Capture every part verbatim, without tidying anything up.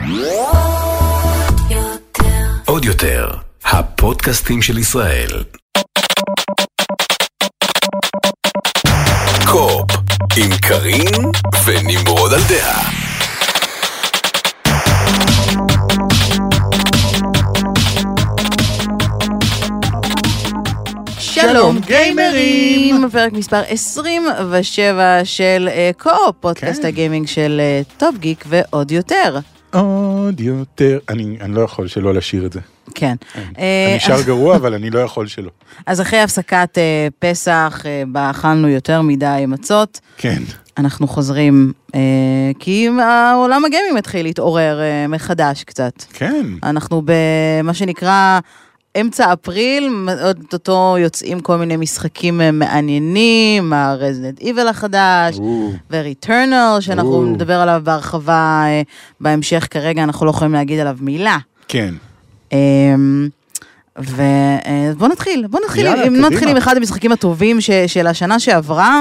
עוד יותר, הפודקאסטים של ישראל. קופ, עם קרין ונמרוד על דעה. שלום גיימרים, פרק מספר עשרים ושבע של קופ, פודקאסט הגיימינג של טופ גיק ועוד יותר. עוד יותר, אני לא יכול שלא לשיר את זה. כן. אני שר גרוע, אבל אני לא יכול שלא. אז אחרי הפסקת פסח, בה אכלנו יותר מדי מצות. כן. אנחנו חוזרים, כי העולם הגיימינג מתחיל להתעורר מחדש קצת. כן. אנחנו במה שנקרא אמצע אפריל, עוד אותו יוצאים כל מיני משחקים מעניינים, ה-Resident Evil החדש, ו-Returnal, שאנחנו נדבר עליו בהרחבה בהמשך, כרגע אנחנו לא יכולים להגיד עליו מילה. כן. ובוא נתחיל, בוא נתחיל, אם נתחיל עם אחד המשחקים הטובים של השנה שעברה,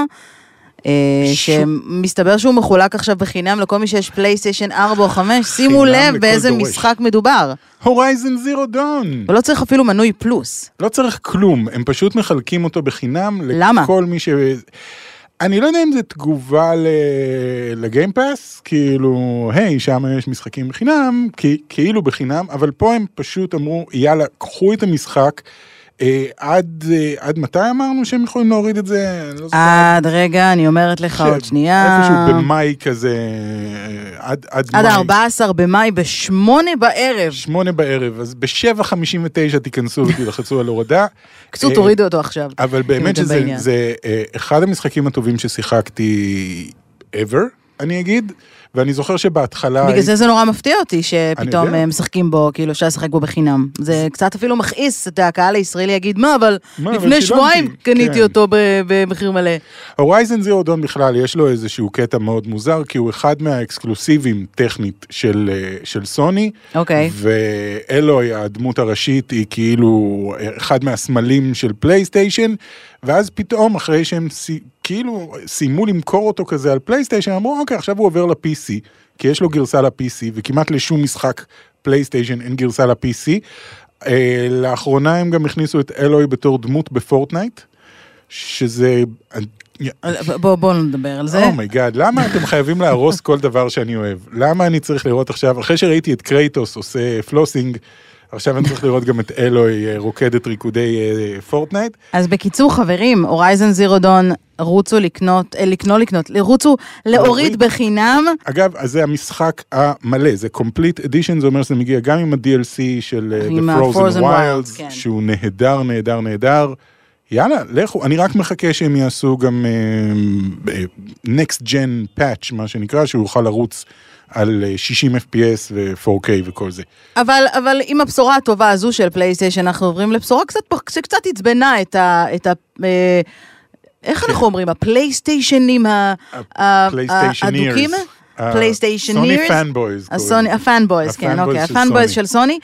שמסתבר שהוא מחולק עכשיו בחינם לכל מי שיש פלייסטיישן ארבע או חמש, שימו לב באיזה משחק מדובר. הורייזן זירו דון. ולא צריך אפילו מנוי פלוס. לא צריך כלום, הם פשוט מחלקים אותו בחינם לכל מי ש... אני לא יודע אם זה תגובה לגיימפאס, כאילו, היי, שם יש משחקים בחינם, כאילו בחינם, אבל פה הם פשוט אמרו, יאללה, קחו את המשחק, עד, עד מתי אמרנו שהם יכולים להוריד את זה? עד רגע, אני אומרת לך עוד שנייה. איפשהו במאי כזה, עד, עד מאי. עד ה-ארבעה עשר במאי, בשמונה בערב. שמונה בערב, אז ב-שבע חמישים ותשע תיכנסו ותלחצו על הורדה. קצת תורידו אותו עכשיו. אבל באמת שזה זה, אחד המשחקים הטובים ששיחקתי ever, אני אגיד, ואני זוכר שבהתחלה... בגלל זה זה נורא מפתיע אותי, שפתאום משחקים בו, כאילו אפשר לשחק בו בחינם. זה קצת אפילו מכעיס, את הקהל הישראלי יגיד, מה, אבל לפני שבועיים קניתי אותו במחיר מלא. הורייזן זירו דון בכלל, יש לו איזשהו קטע מאוד מוזר, כי הוא אחד מהאקסקלוסיבים טכנית של סוני, ואלוי, הדמות הראשית, היא כאילו אחד מהסמלים של פלייסטיישן, ואז פתאום, אחרי שהם כאילו סיימו למכור אותו כזה על פלייסטיישן, אמרו, אוקיי, עכשיו הוא עובר ל-פי סי, כי יש לו גרסה ל-פי סי, וכמעט לשום משחק פלייסטיישן אין גרסה ל-פי סי. אה, לאחרונה הם גם הכניסו את אלוי בתור דמות בפורטנייט, שזה... בואו בוא נדבר על זה. אומייגאד, למה אתם חייבים להרוס כל דבר שאני אוהב? למה אני צריך לראות עכשיו, אחרי שראיתי את קרייטוס עושה פלוסינג, עכשיו אני צריך לראות גם את אלוי רוקדת ריקודי פורטנייט. אז בקיצור חברים, הורייזן זירו דון רוצו לקנות, לקנות, לקנות, רוצו להוריד בחינם. אגב, אז זה המשחק המלא, זה complete edition, זה אומר שזה מגיע גם עם ה-די אל סי של The Frozen Wilds, כן. שהוא נהדר, נהדר, נהדר. יאללה, לכו, אני רק מחכה שהם יעשו גם uh, next gen patch, מה שנקרא, שהוא יוכל לרוץ על שישים אף פי אס ו-פור קיי וכל זה. אבל, אבל עם הבשורה הטובה הזו של פלייסטיישן, אנחנו עוברים לבשורה קצת, שקצת הצבנה את ה... את ה אה, איך אנחנו אומרים? הפלייסטיישנים הדוקים? פלייסטיישנירס? סוני פאנבויז. הפאנבויז, כן, אוקיי. הפאנבויז של סוני,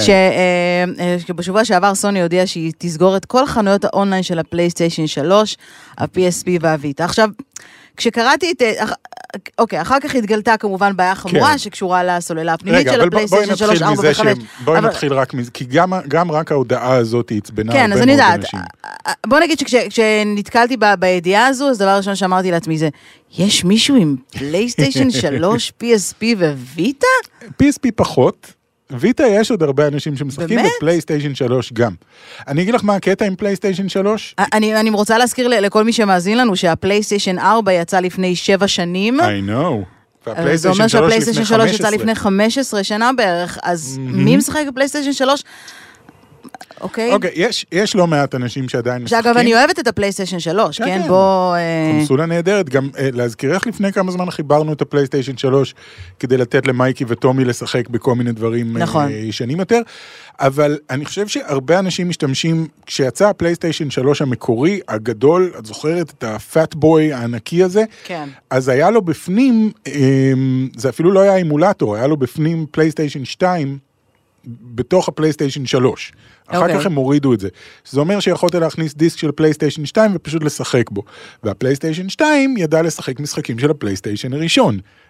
שבשבוע שעבר סוני הודיעה שהיא תסגור את כל חנויות האונליין של הפלייסטיישן שלוש, ה-פי אס פי והוויטה. עכשיו, כשקראתי את... אוקיי, אחר כך התגלתה כמובן בעיה חמורה שקשורה לסוללה הפנימית של הפלייסטיישן שלוש, ארבע וחמש. בואי נתחיל רק מזה, כי גם רק ההודעה הזאת הצבנה הרבה מאוד אנשים. כן, אז אני יודעת. בוא נגיד שכשנתקלתי בידיעה הזו, אז דבר ראשון שאמרתי לעצמי זה, יש מישהו עם פלייסטיישן שלוש, פי אס פי וויטה? פי אס פי פחות. ויטה יש עוד הרבה אנשים שמשחקים בפלייסטיישן שלוש גם. אני אגיד לך מה הקטע עם פלייסטיישן שלוש? אני, אני רוצה להזכיר לכל מי שמאזין לנו שהפלייסטיישן ארבע יצא לפני שבע שנים. I know. זה אומר שהפלייסטיישן שלוש יצא לפני חמש עשרה שנה בערך, אז מי משחק בפלייסטיישן שלוש? אוקיי? אוקיי, יש, יש לא מעט אנשים שעדיין משחקים. שאגב, אני אוהבת את הפלייסטיישן שלוש, כן? בוא... קונסולה נהדרת, גם להזכירך לפני כמה זמן חיברנו את הפלייסטיישן שלוש, כדי לתת למייקי וטומי לשחק בכל מיני דברים ישנים יותר, אבל אני חושב שהרבה אנשים משתמשים, כשיצא הפלייסטיישן שלוש המקורי, הגדול, את זוכרת את הפאט בוי הענקי הזה? כן. אז היה לו בפנים, זה אפילו לא היה אימולטור, היה לו בפנים פלייסטיישן שתיים, בתוך הפלייסטיישן שלוש. אחר okay. כך הם הורידו את זה. זה אומר שיכולת להכניס דיסק של פלייסטיישן שתיים ופשוט לשחק בו. והפלייסטיישן שתיים ידע לשחק משחקים של הפלייסטיישן הראשון.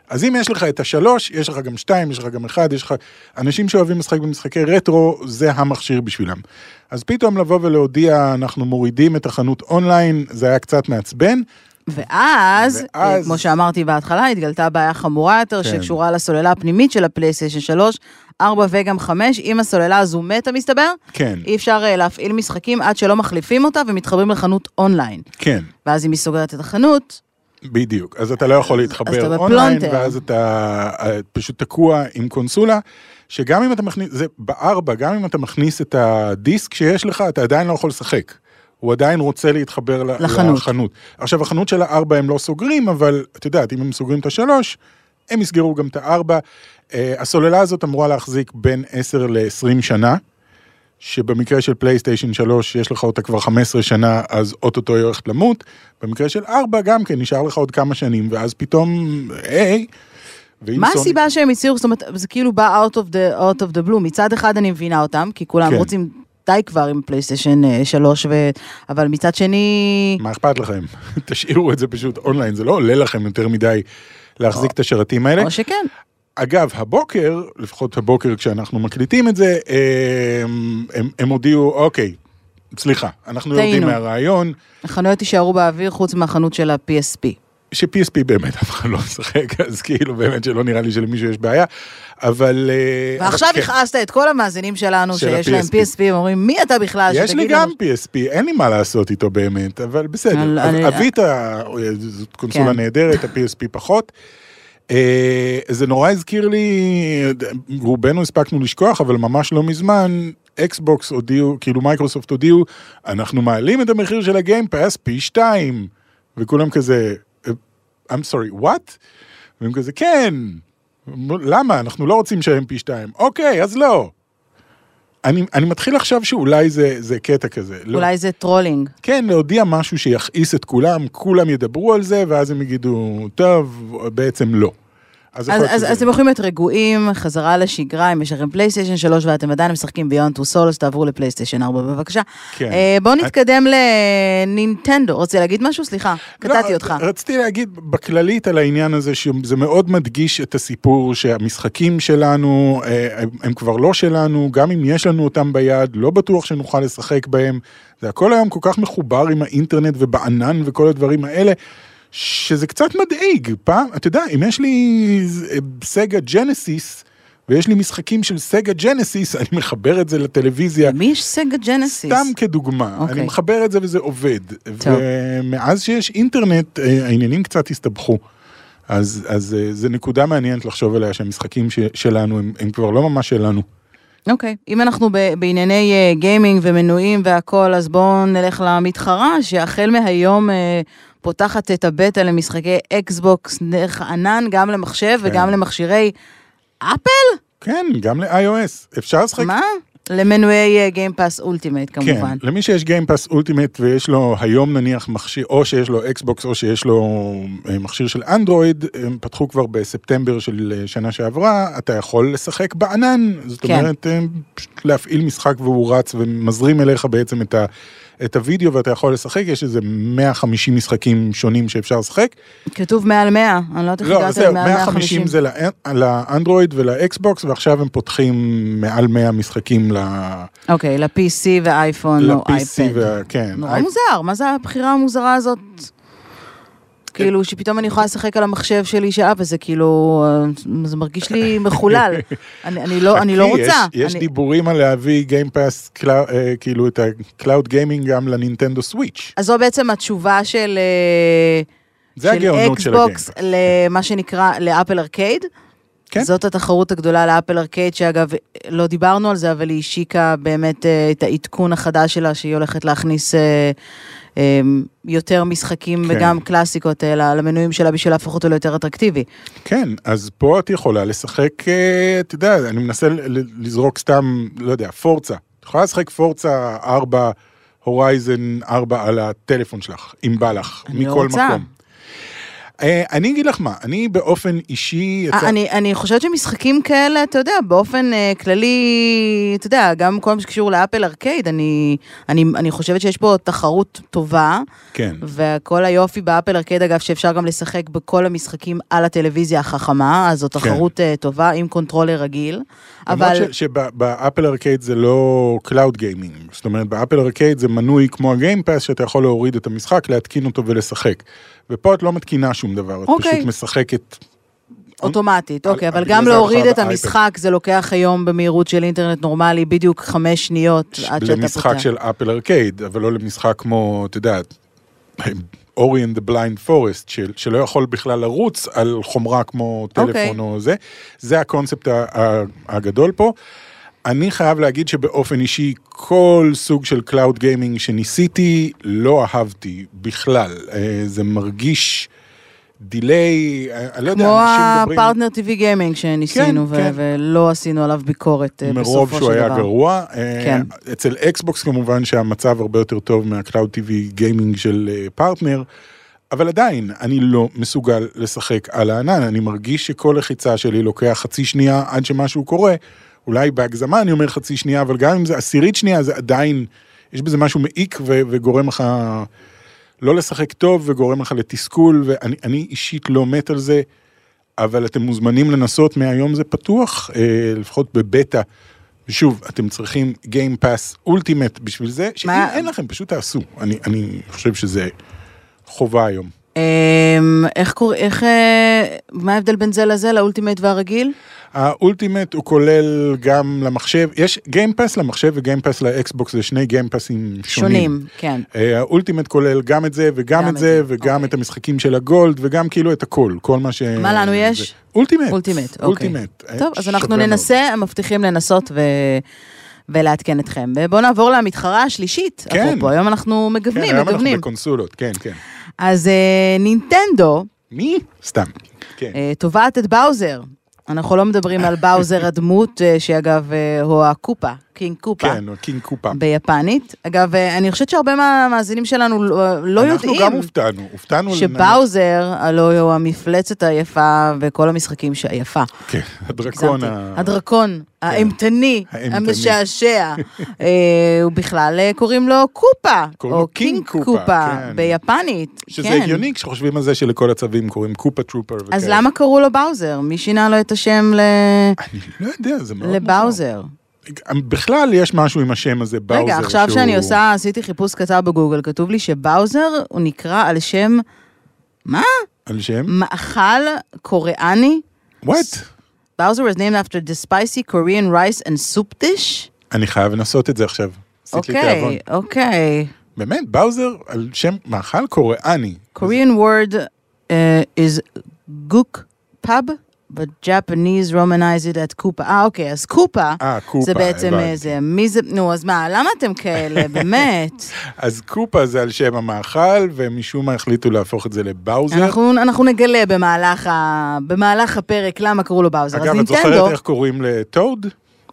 אז אם יש לך את השלוש, יש לך גם שתיים, יש לך גם אחד, יש לך... אנשים שאוהבים משחק במשחקי רטרו, זה המכשיר בשבילם. אז פתאום לבוא ולהודיע, אנחנו מורידים את החנות אונליין, זה היה קצת מעצבן. ואז, ואז... כמו שאמרתי בהתחלה, התגלתה בעיה חמורה יותר, כן. שקשורה לסוללה הפנימית של הפלייסטיישן שלוש, ארבע וגם חמש, אם הסוללה הזו מתה מסתבר, כן. אי אפשר להפעיל משחקים עד שלא מחליפים אותה, ומתחברים לחנות אונליין. כן. ואז אם היא סוגרת את החנות... בדיוק, אז אתה לא יכול להתחבר אונליין, ואז אתה פשוט תקוע עם קונסולה, שגם אם אתה מכניס, זה בארבע, גם אם אתה מכניס את הדיסק שיש לך, אתה עדיין לא יכול לשחק. הוא עדיין רוצה להתחבר לחנות. לחנות. עכשיו, החנות של הארבע הם לא סוגרים, אבל את יודעת, אם הם סוגרים את השלוש, הם יסגרו גם את הארבע. הסוללה הזאת אמורה להחזיק בין עשר ל-עשרים שנה, שבמקרה של פלייסטיישן שלוש יש לך אותה כבר חמש עשרה שנה, אז אוטוטו היא הולכת למות. במקרה של ארבע גם כן, נשאר לך עוד כמה שנים, ואז פתאום, היי, מה הסיבה שהם הציעו? זאת אומרת, זה כאילו בא out of the, out of the blue. מצד אחד אני מבינה אותם, כי כולם כן. רוצים די כבר עם פלייסטיישן שלוש, ו... אבל מצד שני... מה אכפת לכם? תשאירו את זה פשוט אונליין, זה לא עולה לכם יותר מדי להחזיק או... את השרתים האלה. או שכן. אגב, הבוקר, לפחות הבוקר כשאנחנו מקליטים את זה, הם, הם, הם הודיעו, אוקיי, סליחה, אנחנו יודעים מהרעיון. החנויות יישארו באוויר חוץ מהחנות של ה-פי אס פי. ש-פי אס פי באמת אף אחד לא משחק, אז כאילו באמת שלא נראה לי שלמישהו יש בעיה, אבל... ועכשיו הכעסת את כל המאזינים שלנו שיש להם פי אס פי, הם אומרים, מי אתה בכלל? יש לי גם פי אס פי, אין לי מה לעשות איתו באמת, אבל בסדר. אביטה, זאת קונסולה נהדרת, ה-פי אס פי פחות. זה נורא הזכיר לי, רובנו הספקנו לשכוח, אבל ממש לא מזמן, אקסבוקס הודיעו, כאילו מייקרוסופט הודיעו, אנחנו מעלים את המחיר של הגיימפאס פי שתיים, וכולם כזה... I'm sorry, what? והם כזה, כן, למה? אנחנו לא רוצים שהם פי שתיים. אוקיי, אז לא. אני, אני מתחיל עכשיו שאולי זה, זה קטע כזה. אולי לא. זה טרולינג. כן, להודיע משהו שיחעיס את כולם, כולם ידברו על זה, ואז הם יגידו, טוב, בעצם לא. אז, אז, אז, אז אתם יכולים להיות רגועים, חזרה לשגרה, אם יש לכם פלייסטיישן שלוש ואתם עדיין משחקים ביונד טו סולס, תעברו לפלייסטיישן ארבע, בבקשה. כן. אה, בואו נתקדם את... לנינטנדו. רוצה להגיד משהו? סליחה, קטעתי לא, אותך. רציתי להגיד בכללית על העניין הזה, שזה מאוד מדגיש את הסיפור שהמשחקים שלנו, הם, הם כבר לא שלנו, גם אם יש לנו אותם ביד, לא בטוח שנוכל לשחק בהם. זה הכל היום כל כך מחובר עם האינטרנט ובענן וכל הדברים האלה, שזה קצת מדאיג. פעם, אתה יודע, אם יש לי סגה ג'נסיס, ויש לי משחקים של סגה ג'נסיס, אני מחבר את זה לטלוויזיה. מי יש סגה ג'נסיס? סתם כדוגמה. Okay. אני מחבר את זה וזה עובד. טוב. ומאז שיש אינטרנט, העניינים קצת הסתבכו. אז, אז זה נקודה מעניינת לחשוב עליה, שהמשחקים שלנו הם, הם כבר לא ממש שלנו. אוקיי, okay. אם אנחנו בענייני גיימינג ומנויים והכל, אז בואו נלך למתחרה, שהחל מהיום פותחת את הבטא למשחקי אקסבוקס דרך ענן, גם למחשב כן. וגם למכשירי אפל? כן, גם ל-iOS. אפשר לשחק... מה? למנועי גיימפאס אולטימט כמובן. כן, למי שיש גיימפאס אולטימט ויש לו היום נניח מכשיר, או שיש לו אקסבוקס או שיש לו מכשיר של אנדרואיד, הם פתחו כבר בספטמבר של שנה שעברה, אתה יכול לשחק בענן, זאת כן. אומרת, להפעיל משחק והוא רץ ומזרים אליך בעצם את ה... את הוידאו ואתה יכול לשחק, יש איזה מאה וחמישים משחקים שונים שאפשר לשחק. כתוב מעל מאה, אני לא יודעת איך הגעת על מעל מאה וחמישים זה לאנדרואיד ולאקסבוקס, ועכשיו הם פותחים מעל מאה משחקים ל... אוקיי, ל-פי סי ואייפון או אייפד. כן. נורא מוזר, מה זה הבחירה המוזרה הזאת? כאילו, שפתאום אני יכולה לשחק על המחשב שלי שעה, וזה כאילו, זה מרגיש לי מחולל. אני לא, אני לא רוצה. יש דיבורים על להביא גיימפאס, כאילו את הקלאוד גיימינג גם לנינטנדו סוויץ'. אז זו בעצם התשובה של אקסבוקס למה שנקרא, לאפל ארקייד. זאת התחרות הגדולה לאפל ארקייד, שאגב, לא דיברנו על זה, אבל היא השיקה באמת את העדכון החדש שלה, שהיא הולכת להכניס... יותר משחקים כן. וגם קלאסיקות למנויים שלה בשביל להפוך אותו ליותר אטרקטיבי. כן, אז פה את יכולה לשחק, אתה יודע, אני מנסה לזרוק סתם, לא יודע, פורצה. את יכולה לשחק פורצה ארבע, הורייזן ארבע על הטלפון שלך, אם בא לך, מכל לא מקום. אני אגיד לך מה, אני באופן אישי... אני, אני חושבת שמשחקים כאלה, אתה יודע, באופן כללי, אתה יודע, גם כל מה שקשור לאפל ארקייד, אני, אני, אני חושבת שיש פה תחרות טובה, כן. וכל היופי באפל ארקייד, אגב, שאפשר גם לשחק בכל המשחקים על הטלוויזיה החכמה, אז זו תחרות כן. טובה עם קונטרולר רגיל. אבל... למרות שבאפל ארקייד זה לא קלאוד גיימינג, זאת אומרת, באפל ארקייד זה מנוי כמו הגיימפאס, שאתה יכול להוריד את המשחק, להתקין אותו ולשחק. ופה את לא מתקינה שום דבר, את אוקיי. פשוט משחקת... אוטומטית, אוקיי, אבל גם להוריד את המשחק, זה לוקח היום במהירות של אינטרנט נורמלי, בדיוק חמש שניות עד שאתה פותח. למשחק של אפל ארקייד, אבל לא למשחק כמו, אתה יודע, אורי and the Blind Forest, של, שלא יכול בכלל לרוץ על חומרה כמו טלפון או זה. זה הקונספט הגדול פה. אני חייב להגיד שבאופן אישי, כל סוג של קלאוד גיימינג שניסיתי, לא אהבתי בכלל. זה מרגיש דיליי, אני לא יודע, כמו הפרטנר טי וי גיימינג שניסינו, כן, כן. ולא עשינו עליו ביקורת בסופו של דבר. מרוב שהוא היה גרוע. כן. אצל אקסבוקס כמובן שהמצב הרבה יותר טוב מהקלאוד טי וי גיימינג של פרטנר, אבל עדיין, אני לא מסוגל לשחק על הענן. אני מרגיש שכל לחיצה שלי לוקח חצי שנייה עד שמשהו קורה, אולי בהגזמה אני אומר חצי שנייה, אבל גם אם זה עשירית שנייה, זה עדיין, יש בזה משהו מעיק ו- וגורם לך לא לשחק טוב, וגורם לך לתסכול, ואני אני אישית לא מת על זה, אבל אתם מוזמנים לנסות, מהיום זה פתוח, אה, לפחות בבטא, ושוב, אתם צריכים Game Pass Ultimate בשביל זה, שאם אין לכם, פשוט תעשו. אני, אני חושב שזה חובה היום. איך קורא, איך, מה ההבדל בין זה לזה, לאולטימט והרגיל? האולטימט הוא כולל גם למחשב, יש גיימפאס למחשב וגיימפאס לאקסבוקס, זה שני גיימפאסים שונים. שונים, כן. האולטימט כולל גם את זה וגם את זה, וגם את המשחקים של הגולד, וגם כאילו את הכל, כל מה ש... מה לנו יש? אולטימט. אולטימט, אוקיי. טוב, אז אנחנו ננסה, מבטיחים לנסות ו... ולעדכן אתכם. ובואו נעבור למתחרה השלישית. כן. אפרופו, היום אנחנו מגוונים, כן, היום מגוונים. אנחנו בקונסולות, כן, כן. אז נינטנדו... מי? סתם. כן. תובעת את באוזר. אנחנו לא מדברים על באוזר הדמות, שאגב, הוא הקופה, קינג קופה. כן, הוא קינג קופה. ביפנית. אגב, אני חושבת שהרבה מהמאזינים שלנו לא יודעים. אנחנו גם הופתענו, הופתענו. שבאוזר, הלוא הוא המפלצת היפה, וכל המשחקים שהיפה. כן, הדרקון. הדרקון, האמתני, המשעשע. הוא בכלל קוראים לו קופה, או קינג קופה, ביפנית. שזה הגיוני כשחושבים על זה שלכל הצווים קוראים קופה טרופר. אז למה קראו לו באוזר? מי שינה לו את השם ל... אני לא יודע, זה מאוד מוזר. לבאוזר. בכלל יש משהו עם השם הזה, באוזר. רגע, עכשיו שאני עושה, עשיתי חיפוש קצר בגוגל, כתוב לי שבאוזר הוא נקרא על שם... מה? על שם? מאכל קוריאני. What? Bowser was named after the spicy Korean rice and soup dish. אני חייב לנסות את זה עכשיו. אוקיי, אוקיי. באמת, באוזר על שם מאכל קוריאני. Korean word uh, is guk pub, but Japanese romanize it at קופה. אה, אוקיי, אז קופה, זה בעצם איזה, מי זה, נו, אז מה, למה אתם כאלה, באמת? אז קופה זה על שם המאכל, ומשום מה החליטו להפוך את זה לבאוזר. אנחנו, אנחנו נגלה במהלך, ה, במהלך הפרק למה קראו לו באוזר. אגב, את זוכרת איך קוראים לטוד?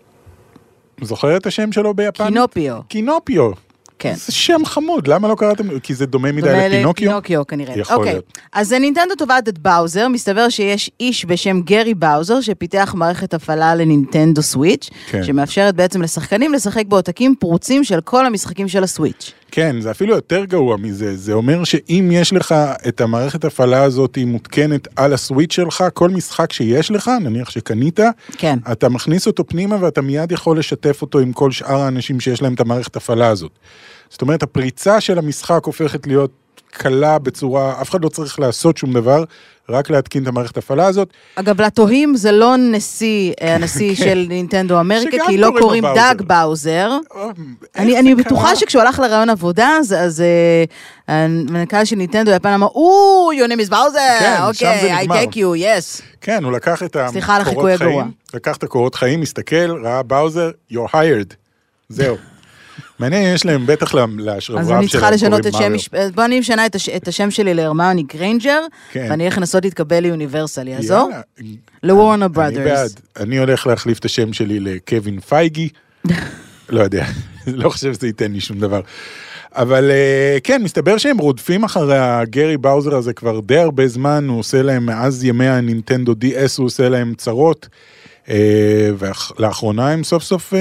זוכרת את השם שלו ביפן? קינופיו. קינופיו. כן. זה שם חמוד, למה לא קראתם? כי זה דומה מדי לפינוקיו? דומה לפינוקיו כנראה. יכול אוקיי. להיות. אז נינטנדו תובעת את באוזר, מסתבר שיש איש בשם גרי באוזר, שפיתח מערכת הפעלה לנינטנדו סוויץ', כן. שמאפשרת בעצם לשחקנים לשחק בעותקים פרוצים של כל המשחקים של הסוויץ'. כן, זה אפילו יותר גרוע מזה, זה אומר שאם יש לך את המערכת הפעלה הזאת היא מותקנת על הסוויץ' שלך, כל משחק שיש לך, נניח שקנית, כן. אתה מכניס אותו פנימה ואתה מיד יכול לשתף אותו עם כל שאר האנשים שיש להם את המערכת הפעלה הזאת. זאת אומרת, הפריצה של המשחק הופכת להיות קלה בצורה, אף אחד לא צריך לעשות שום דבר, רק להתקין את המערכת הפעלה הזאת. אגב, לתוהים זה לא נשיא, הנשיא של נינטנדו אמריקה, כי לא קוראים דאג באוזר. אני בטוחה שכשהוא הלך לרעיון עבודה, אז המנכ"ל של נינטנדו יפן אמר, או, your name is באוזר, אוקיי, I take you, yes. כן, הוא לקח את סליחה על החיקוי הגרוע. לקח את הקורות חיים, מסתכל, ראה באוזר, you're hired. זהו. מעניין, יש להם בטח לשרברב שלהם. אז אני צריכה לשנות את שם, בוא אני משנה את השם שלי להרמיוני גריינג'ר, ואני הולך לנסות להתקבל ליוניברסל, יעזור? לוורנר ברודרס. אני בעד, אני הולך להחליף את השם שלי לקווין פייגי, לא יודע, לא חושב שזה ייתן לי שום דבר. אבל כן, מסתבר שהם רודפים אחרי הגרי באוזר הזה כבר די הרבה זמן, הוא עושה להם, מאז ימי הנינטנדו די אס, הוא עושה להם צרות, ולאחרונה הם סוף סוף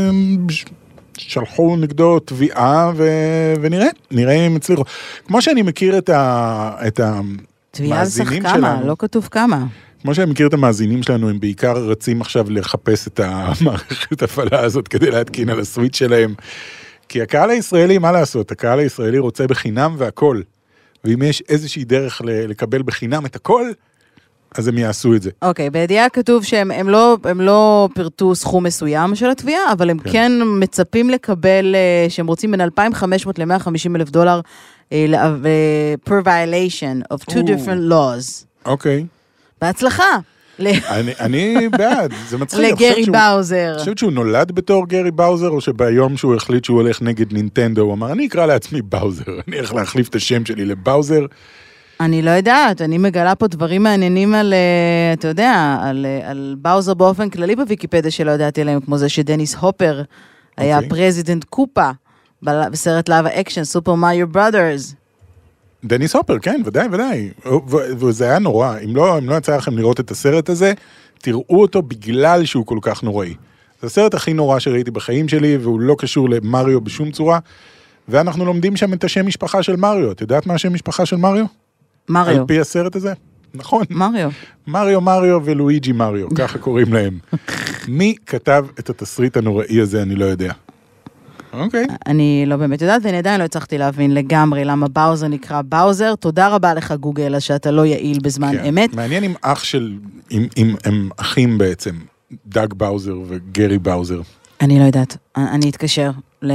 שלחו נגדו תביעה, ונראה, נראה אם הצליחו. כמו שאני מכיר את המאזינים שלנו. כמה, לא כתוב כמה. כמו שאני מכיר את המאזינים שלנו, הם בעיקר רצים עכשיו לחפש את המערכת הפעלה הזאת, כדי להתקין על הסוויץ' שלהם. כי הקהל הישראלי, מה לעשות? הקהל הישראלי רוצה בחינם והכל. ואם יש איזושהי דרך לקבל בחינם את הכל, אז הם יעשו את זה. אוקיי, בידיעה כתוב שהם הם לא, הם לא פירטו סכום מסוים של התביעה, אבל הם כן, כן מצפים לקבל, שהם רוצים בין אלפיים וחמש מאות ל-מאה וחמישים אלף דולר, per violation of two different laws. אוקיי. בהצלחה. אני, אני בעד, זה מצחיק. לגרי באוזר. אני חושבת שהוא נולד בתור גרי באוזר, או שביום שהוא החליט שהוא הולך נגד נינטנדו, הוא אמר, אני אקרא לעצמי באוזר, אני הולך להחליף את השם שלי לבאוזר. אני לא יודעת, אני מגלה פה דברים מעניינים על, אתה יודע, על, על באוזר באופן כללי בוויקיפדיה שלא ידעתי עליהם, כמו זה שדניס הופר היה okay. פרזידנט קופה, בסרט לייב האקשן, סופר מריו בראדרס. דניס הופר, כן, ודאי, ודאי. וזה היה נורא. אם לא, אם לא יצא לכם לראות את הסרט הזה, תראו אותו בגלל שהוא כל כך נוראי. זה הסרט הכי נורא שראיתי בחיים שלי, והוא לא קשור למריו בשום צורה, ואנחנו לומדים שם את השם משפחה של מריו. את יודעת מה השם משפחה של מריו? מריו. על פי הסרט הזה? נכון. מריו. מריו, מריו ולואיג'י מריו, ככה קוראים להם. מי כתב את התסריט הנוראי הזה, אני לא יודע. אוקיי. אני לא באמת יודעת, ואני עדיין לא הצלחתי להבין לגמרי למה באוזר נקרא באוזר. תודה רבה לך גוגל, שאתה לא יעיל בזמן אמת. מעניין אם אח של, אם הם אחים בעצם, דאג באוזר וגרי באוזר. אני לא יודעת, אני אתקשר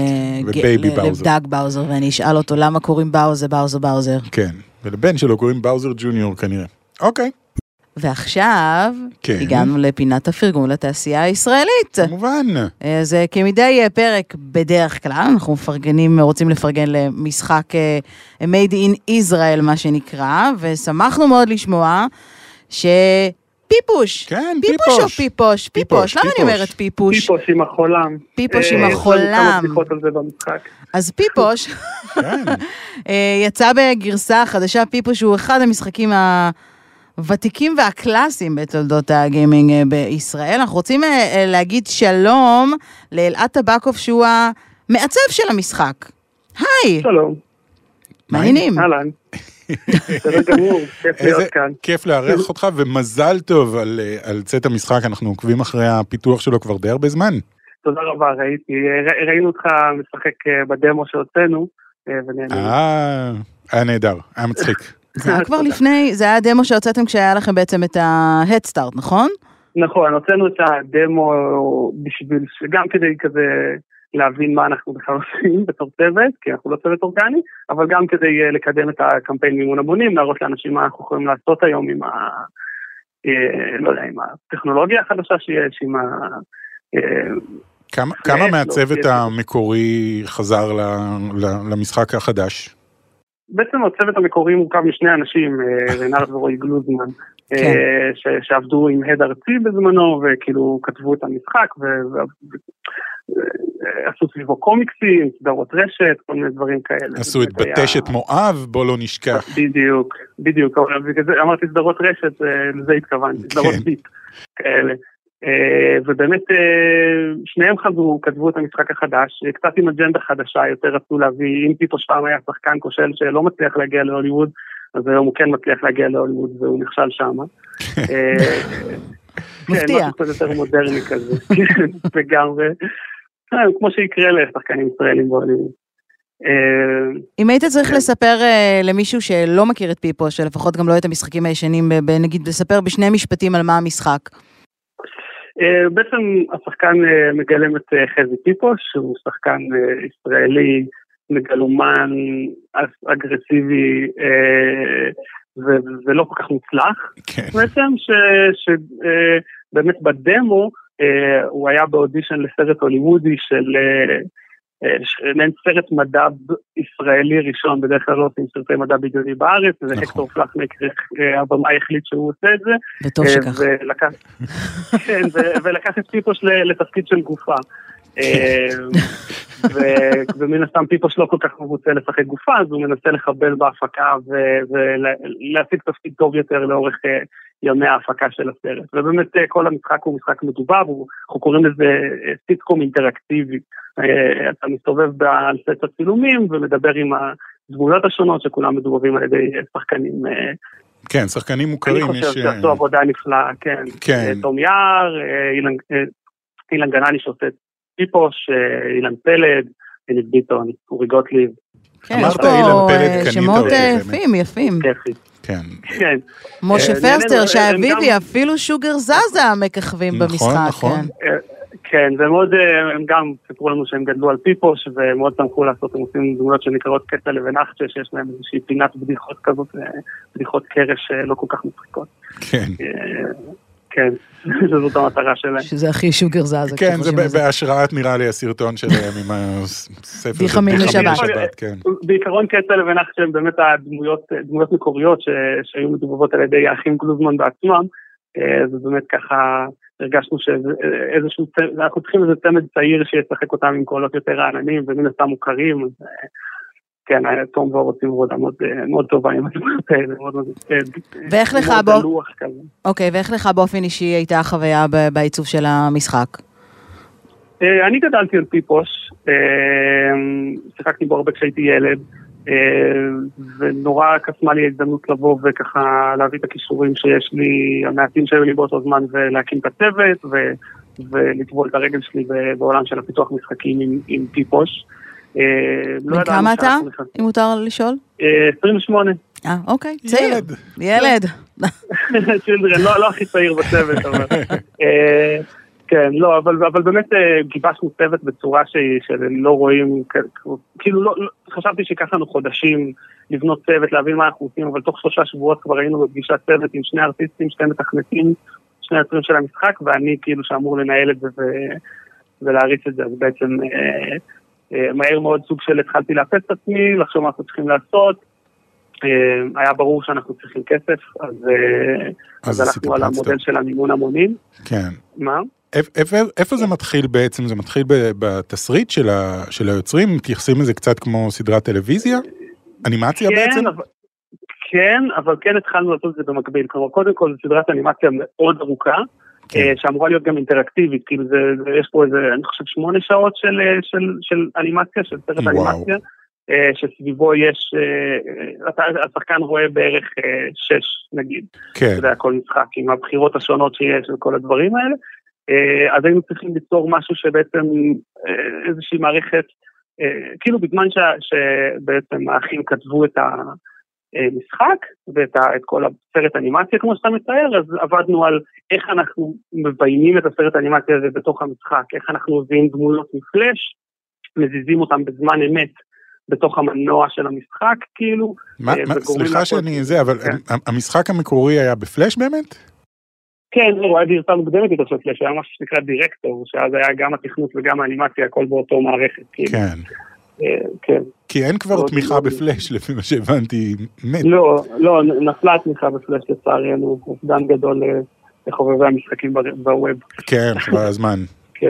לדאג באוזר, ואני אשאל אותו למה קוראים באוזר, באוזר, באוזר. כן, ולבן שלו קוראים באוזר ג'וניור כנראה. אוקיי. ועכשיו כן. הגענו לפינת הפרגון לתעשייה הישראלית. כמובן. אז כמדי פרק בדרך כלל, אנחנו מפרגנים, רוצים לפרגן למשחק Made in Israel, מה שנקרא, ושמחנו מאוד לשמוע שפיפוש. כן, פיפוש. פיפוש או פיפוש? פיפוש. למה אני אומרת פיפוש? פיפוש עם החולם. פיפוש עם החולם. כמה בדיחות על זה במשחק. אז פיפוש, יצא בגרסה חדשה, פיפוש הוא אחד המשחקים ה... ותיקים והקלאסיים בתולדות הגיימינג בישראל. אנחנו רוצים להגיד שלום לאלעד טבקוב, שהוא המעצב של המשחק. היי. שלום. מעניינים. אהלן. בסדר גמור, כיף להיות כאן. כיף לארח אותך, ומזל טוב על, על צאת המשחק, אנחנו עוקבים אחרי הפיתוח שלו כבר די הרבה זמן. תודה רבה, ראיתי. ראינו אותך משחק בדמו שהוצאנו, ונהנה. אה, היה נהדר, היה מצחיק. זה היה כבר לפני, זה היה הדמו שהוצאתם כשהיה לכם בעצם את ההדסטארט, נכון? נכון, הוצאנו את הדמו בשביל, גם כדי כזה להבין מה אנחנו בכלל עושים בתור צוות, כי אנחנו לא צוות אורגני, אבל גם כדי לקדם את הקמפיין מימון הבונים, להראות לאנשים מה אנחנו יכולים לעשות היום עם ה... לא יודע, עם הטכנולוגיה החדשה שיש, עם ה... כמה, כמה מהצוות המקורי חזר למשחק החדש? בעצם הצוות המקורי מורכב משני אנשים, רנארד ורועי גלוזמן, שעבדו עם הד ארצי בזמנו, וכאילו כתבו את המשחק, ועשו סביבו קומיקסים, סדרות רשת, כל מיני דברים כאלה. עשו את בתשת מואב, בוא לא נשכח. בדיוק, בדיוק, אמרתי סדרות רשת, לזה התכוונתי, סדרות ביט כאלה. ובאמת שניהם חזרו, כתבו את המשחק החדש, קצת עם אג'נדה חדשה, יותר רצו להביא, אם פיפוש פעם היה שחקן כושל שלא מצליח להגיע להוליווד, אז היום הוא כן מצליח להגיע להוליווד והוא נכשל שם. מפתיע. כן, משהו קצת יותר מודרני כזה, לגמרי, כמו שיקרה לשחקנים ישראלים בהוליווד. אם היית צריך לספר למישהו שלא מכיר את פיפוש, שלפחות גם לא את המשחקים הישנים, נגיד לספר בשני משפטים על מה המשחק. בעצם השחקן מגלם את חזי פיפוש, שהוא שחקן ישראלי מגלומן, אגרסיבי, ולא כל כך מוצלח. בעצם שבאמת בדמו הוא היה באודישן לסרט הוליוודי של מעין סרט מדע ישראלי ראשון, בדרך כלל לא עושים סרטי מדע בדיוני בארץ, זה הקטור פלחנק, הבמה החליט שהוא עושה את זה. וטוב שכך. כן, ולקח את פיפוש לתפקיד של גופה. ומן הסתם פיפוש לא כל כך מבוצע לשחק גופה, אז הוא מנסה לחבל בהפקה ולהשיג תפקיד טוב יותר לאורך ימי ההפקה של הסרט. ובאמת כל המשחק הוא משחק מדובר, אנחנו קוראים לזה סיטקום אינטראקטיבי. אתה מסתובב על סט הצילומים ומדבר עם הדמויות השונות שכולם מדוברים על ידי שחקנים. כן, שחקנים מוכרים. אני חושב שעשו עבודה נפלאה, כן. כן. תום יער, אילן גנני שעושה פיפוש, אילן פלד, אילן ביטון, אורי גוטליב. כן, יש פה שמות יפים, יפים. כן. כן. משה פרסטר, שהאביבי, אפילו שוגר זזה מככבים במשחק. נכון, נכון. כן, ומאוד, הם גם סיפרו לנו שהם גדלו על פיפוש, ומאוד שמחו לעשות, הם עושים דמויות שנקראות קצה ונחצ'ה, שיש להם איזושהי פינת בדיחות כזאת, בדיחות קרש לא כל כך מצחיקות. כן. כן, שזאת המטרה שלהם. שזה הכי שוגר זזה. כן, זה בהשראת נראה לי הסרטון שלהם עם הספר. דיחמים לשבת. כן. בעיקרון קצה ונחצ'ה הם באמת הדמויות מקוריות שהיו מדובבות על ידי האחים גלוזמן בעצמם, זה באמת ככה... הרגשנו שאיזשהו, אנחנו צריכים איזה צמד צעיר שישחק אותם עם קולות יותר רעננים, ומן הסתם מוכרים, כן, תום ואור רוצים עבודה מאוד טובה עם הדמות האלה, מאוד מאוד ואיך לך בו, אוקיי, ואיך לך באופן אישי הייתה החוויה בעיצוב של המשחק? אני גדלתי על פיפוש, שיחקתי בו הרבה כשהייתי ילד, ונורא קסמה לי הזדמנות לבוא וככה להביא את הכישורים שיש לי, המעטים שהיו לי באותו זמן, ולהקים את הצוות ולטבול את הרגל שלי בעולם של הפיתוח משחקים עם פיפוש. בן כמה אתה, אם מותר לשאול? עשרים ושמונה. אה, אוקיי, צעיר. ילד. צ'ילדרן, לא הכי צעיר בצוות, אבל... כן, לא, אבל, אבל באמת גיבשנו צוות בצורה שלא רואים, כאילו לא, חשבתי שיקח לנו חודשים לבנות צוות, להבין מה אנחנו עושים, אבל תוך שלושה שבועות כבר היינו בפגישת צוות עם שני ארטיסטים, שני מתכנתים, שני יוצרים של המשחק, ואני כאילו שאמור לנהל את זה ולהריץ את זה, אז בעצם אה, אה, מהר מאוד סוג של התחלתי לאפס את עצמי, לחשוב מה אנחנו צריכים לעשות, אה, היה ברור שאנחנו צריכים כסף, אז, אה, אז, אז הלכנו על המודל של המימון המונים. כן. מה? איפה, איפה זה מתחיל בעצם? זה מתחיל בתסריט של, ה, של היוצרים? מתייחסים לזה קצת כמו סדרת טלוויזיה? אנימציה כן, בעצם? אבל, כן, אבל כן התחלנו לעשות את זה במקביל. כלומר, קודם כל, זו סדרת אנימציה מאוד ארוכה, כן. שאמורה להיות גם אינטראקטיבית. כאילו, זה, זה, יש פה איזה, אני חושב, שמונה שעות של, של, של אנימציה, של סרט וואו. אנימציה, שסביבו יש, השחקן רואה בערך שש, נגיד. כן. זה הכל משחק, עם הבחירות השונות שיש וכל הדברים האלה. אז היינו צריכים ליצור משהו שבעצם איזושהי מערכת, כאילו בזמן שבעצם האחים כתבו את המשחק ואת כל הסרט אנימציה כמו שאתה מתאר, אז עבדנו על איך אנחנו מביינים את הסרט האנימציה הזה בתוך המשחק, איך אנחנו מביאים דמויות מפלש, מזיזים אותם בזמן אמת בתוך המנוע של המשחק, כאילו. מה, סליחה שאני זה, אבל המשחק המקורי היה בפלש באמת? כן, הוא היה גרסה מוקדמת יותר של פלאש, היה משהו שנקרא דירקטור, שאז היה גם התכנות וגם האנימציה, הכל באותו מערכת. כן. כן. כי אין כבר תמיכה בפלאש, לפי מה שהבנתי, מת. לא, לא, נפלה תמיכה בפלאש לצערנו, אובדן גדול לחובבי המשחקים בווב. כן, כבר הזמן. כן.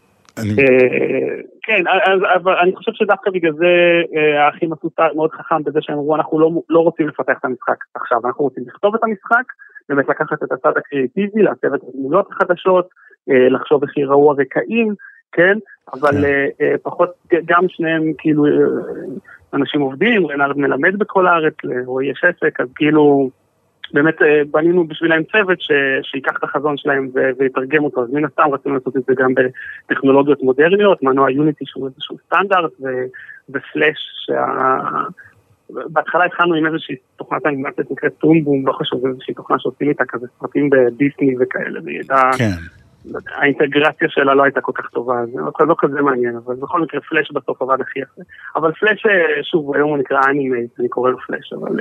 כן, אבל אני חושב שדווקא בגלל זה האחים עשו מאוד חכם בזה שהם אמרו, אנחנו לא רוצים לפתח את המשחק עכשיו, אנחנו רוצים לכתוב את המשחק, באמת לקחת את הצד הקריאטיבי, לעצב את הדמויות החדשות, לחשוב איך ייראו הרקעים, כן, אבל פחות, גם שניהם כאילו אנשים עובדים, רנארד מלמד בכל הארץ, לרועי יש עסק, אז כאילו באמת בנינו בשבילהם צוות שיקח את החזון שלהם ויתרגם אותו, אז מן הסתם רצינו לעשות את זה גם בטכנולוגיות מודרניות, מנוע יוניטי שהוא איזשהו סטנדרט, ופלאש שה... בהתחלה התחלנו עם איזושהי תוכנת אנימציה נקראת טומבום, לא חשוב, איזושהי תוכנה שעושים איתה כזה סרטים בדיסני וכאלה, האינטגרציה שלה לא הייתה כל כך טובה, זה לא כזה מעניין, אבל בכל מקרה פלאש בסוף עבד הכי יפה. אבל פלאש, שוב, היום הוא נקרא אנימייט, אני קורא לו פלאש, אבל...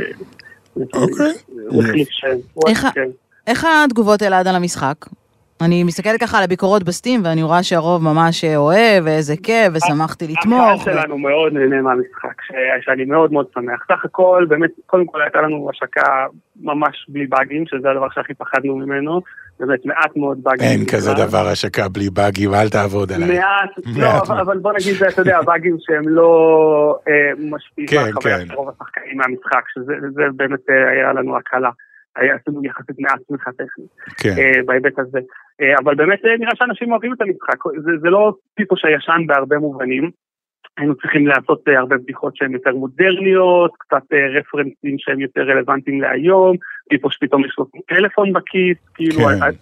איך התגובות אלעד על המשחק? אני מסתכלת ככה על הביקורות בסטים, ואני רואה שהרוב ממש אוהב, ואיזה כיף, ושמחתי לתמוך. הקהל שלנו מאוד נהנה מהמשחק, שאני מאוד מאוד שמח. סך הכל, באמת, קודם כל הייתה לנו השקה ממש בלי באגים, שזה הדבר שהכי פחדנו ממנו, באמת מעט מאוד באגים. אין כזה דבר השקה בלי באגים, אל תעבוד עליי. מעט, לא, אבל בוא נגיד, אתה יודע, באגים שהם לא משפיעים על חוויה של רוב השחקנים מהמשחק, שזה באמת היה לנו הקלה. היה עשינו יחסית מעט צמיחה טכנית בהיבט הזה. אבל באמת נראה שאנשים אוהבים את המשחק. זה לא פיפוש הישן בהרבה מובנים. היינו צריכים לעשות הרבה בדיחות שהן יותר מודרניות, קצת רפרנסים שהם יותר רלוונטיים להיום, פיפוש פתאום יש לו טלפון בכיס, כאילו,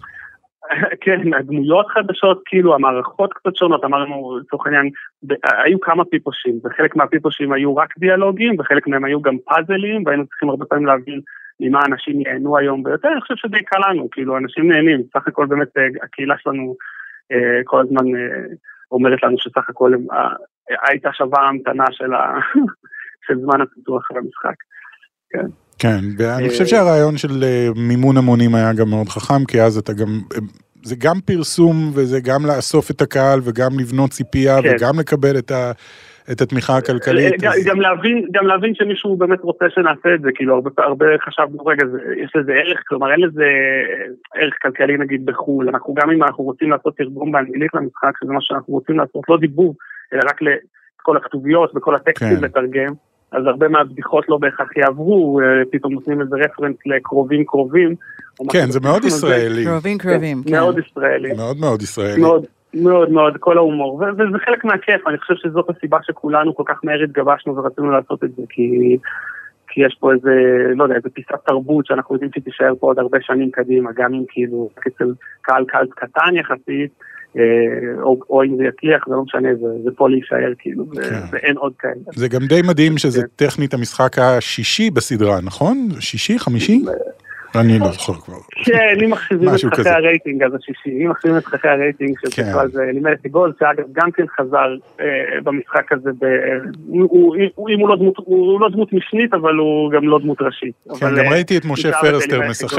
כן, הדמויות חדשות, כאילו, המערכות קצת שונות, אמרנו, לצורך העניין, היו כמה פיפושים, וחלק מהפיפושים היו רק דיאלוגים, וחלק מהם היו גם פאזלים, והיינו צריכים הרבה פעמים להבין ממה אנשים ייהנו היום ביותר, אני חושב שדי קל לנו, כאילו, אנשים נהנים, סך הכל באמת הקהילה שלנו כל הזמן אומרת לנו שסך הכל הייתה שווה המתנה של זמן הפיתוח של המשחק. כן. כן, ואני חושב שהרעיון של מימון המונים היה גם מאוד חכם, כי אז אתה גם, זה גם פרסום, וזה גם לאסוף את הקהל, וגם לבנות ציפייה, וגם לקבל את ה... את התמיכה הכלכלית. גם להבין, גם להבין שמישהו באמת רוצה שנעשה את זה, כאילו הרבה, הרבה חשבנו, רגע, יש לזה ערך, כלומר אין לזה ערך כלכלי נגיד בחול, אנחנו גם אם אנחנו רוצים לעשות תרגום באנגלית למשחק, שזה מה שאנחנו רוצים לעשות, לא דיבור, אלא רק לכל הכתוביות וכל הטקסטים לתרגם, אז הרבה מהבדיחות לא בהכרח יעברו, פתאום נותנים איזה רפרנס לקרובים קרובים. כן, זה מאוד ישראלי. קרובים קרובים, כן. מאוד ישראלי. מאוד מאוד ישראלי. מאוד. מאוד מאוד, כל ההומור, וזה חלק מהכיף, אני חושב שזאת הסיבה שכולנו כל כך מהר התגבשנו ורצינו לעשות את זה, כי, כי יש פה איזה, לא יודע, איזה פיסת תרבות שאנחנו יודעים שתישאר פה עוד הרבה שנים קדימה, גם אם כאילו, אצל קהל קהל קטן יחסית, או, או אם זה יצליח, זה לא משנה, זה, זה פה להישאר כאילו, כן. ואין עוד כאלה. זה גם די מדהים שזה טכנית המשחק השישי בסדרה, נכון? שישי, חמישי? אני לא זוכר כבר. כן, אם מחשיבים את חכי הרייטינג, אז השישי, אם מחשיבים את חכי הרייטינג, שבכלל זה לימד את גולד, שאגב גם כן חזר במשחק הזה, אם הוא לא דמות משנית, אבל הוא גם לא דמות ראשית. כן, גם ראיתי את משה פרסטר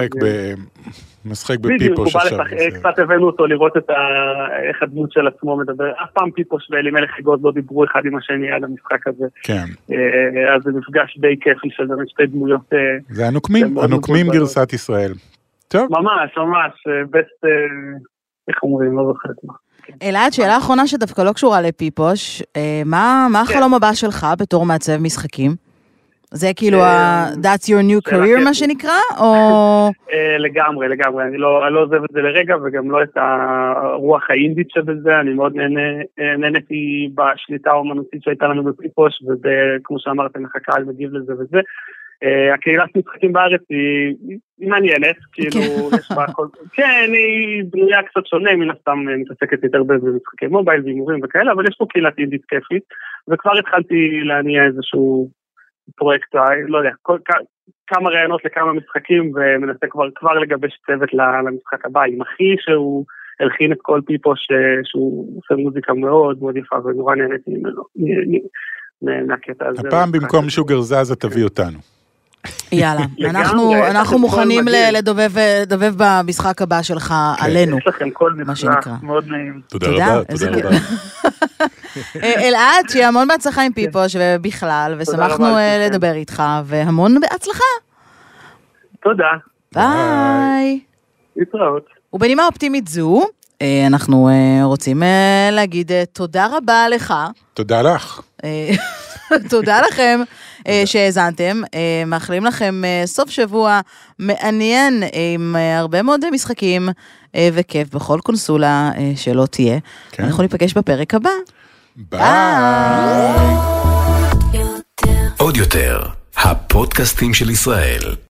משחק בפיפוש עכשיו. קצת הבאנו אותו לראות איך הדמות של עצמו מדבר, אף פעם פיפוש ואלימלך גולד לא דיברו אחד עם השני על המשחק הזה. כן. אז זה מפגש די כיפי של באמת שתי דמויות. זה הנוקמים, הנוקמים גרסת ישראל. טוב. ממש, ממש, בסט, איך אומרים, לא זוכרת מה. אלעד, שאלה האחרונה שדווקא לא קשורה לפיפוש, מה החלום הבא שלך בתור מעצב משחקים? זה כאילו that's your new career מה שנקרא, או... לגמרי, לגמרי, אני לא עוזב את זה לרגע, וגם לא את הרוח האינדית שבזה, אני מאוד נהניתי בשליטה האומנותית שהייתה לנו בפיפוש, וכמו שאמרתם, איך הקהל מגיב לזה וזה. הקהילת משחקים בארץ היא מעניינת, כאילו יש בה הכל, כן, היא בנויה קצת שונה, מן הסתם מתעסקת יותר במשחקי מובייל והימורים וכאלה, אבל יש פה קהילת אינדית כיפית, וכבר התחלתי להניע איזשהו פרויקט, לא יודע, כמה רעיונות לכמה משחקים, ומנסה כבר, כבר לגבש צוות למשחק הבא, עם אחי שהוא הלחין את כל פיפוש, שהוא עושה מוזיקה מאוד מאוד יפה, ונורא נהניתי ממנו, מהקטע הזה. הפעם במקום שוגר זזה תביא אותנו. יאללה, אנחנו מוכנים לדובב במשחק הבא שלך עלינו. יש לכם כל משחק, מאוד נעים. תודה רבה, תודה רבה. אלעד, שיהיה המון בהצלחה עם פיפוש ובכלל, ושמחנו לדבר איתך, והמון בהצלחה. תודה. ביי. להתראות. ובנימה אופטימית זו, אנחנו רוצים להגיד תודה רבה לך. תודה לך. תודה לכם שהאזנתם, מאחלים לכם סוף שבוע מעניין עם הרבה מאוד משחקים וכיף בכל קונסולה שלא תהיה. אנחנו ניפגש בפרק הבא. ביי. עוד יותר, הפודקאסטים של ישראל.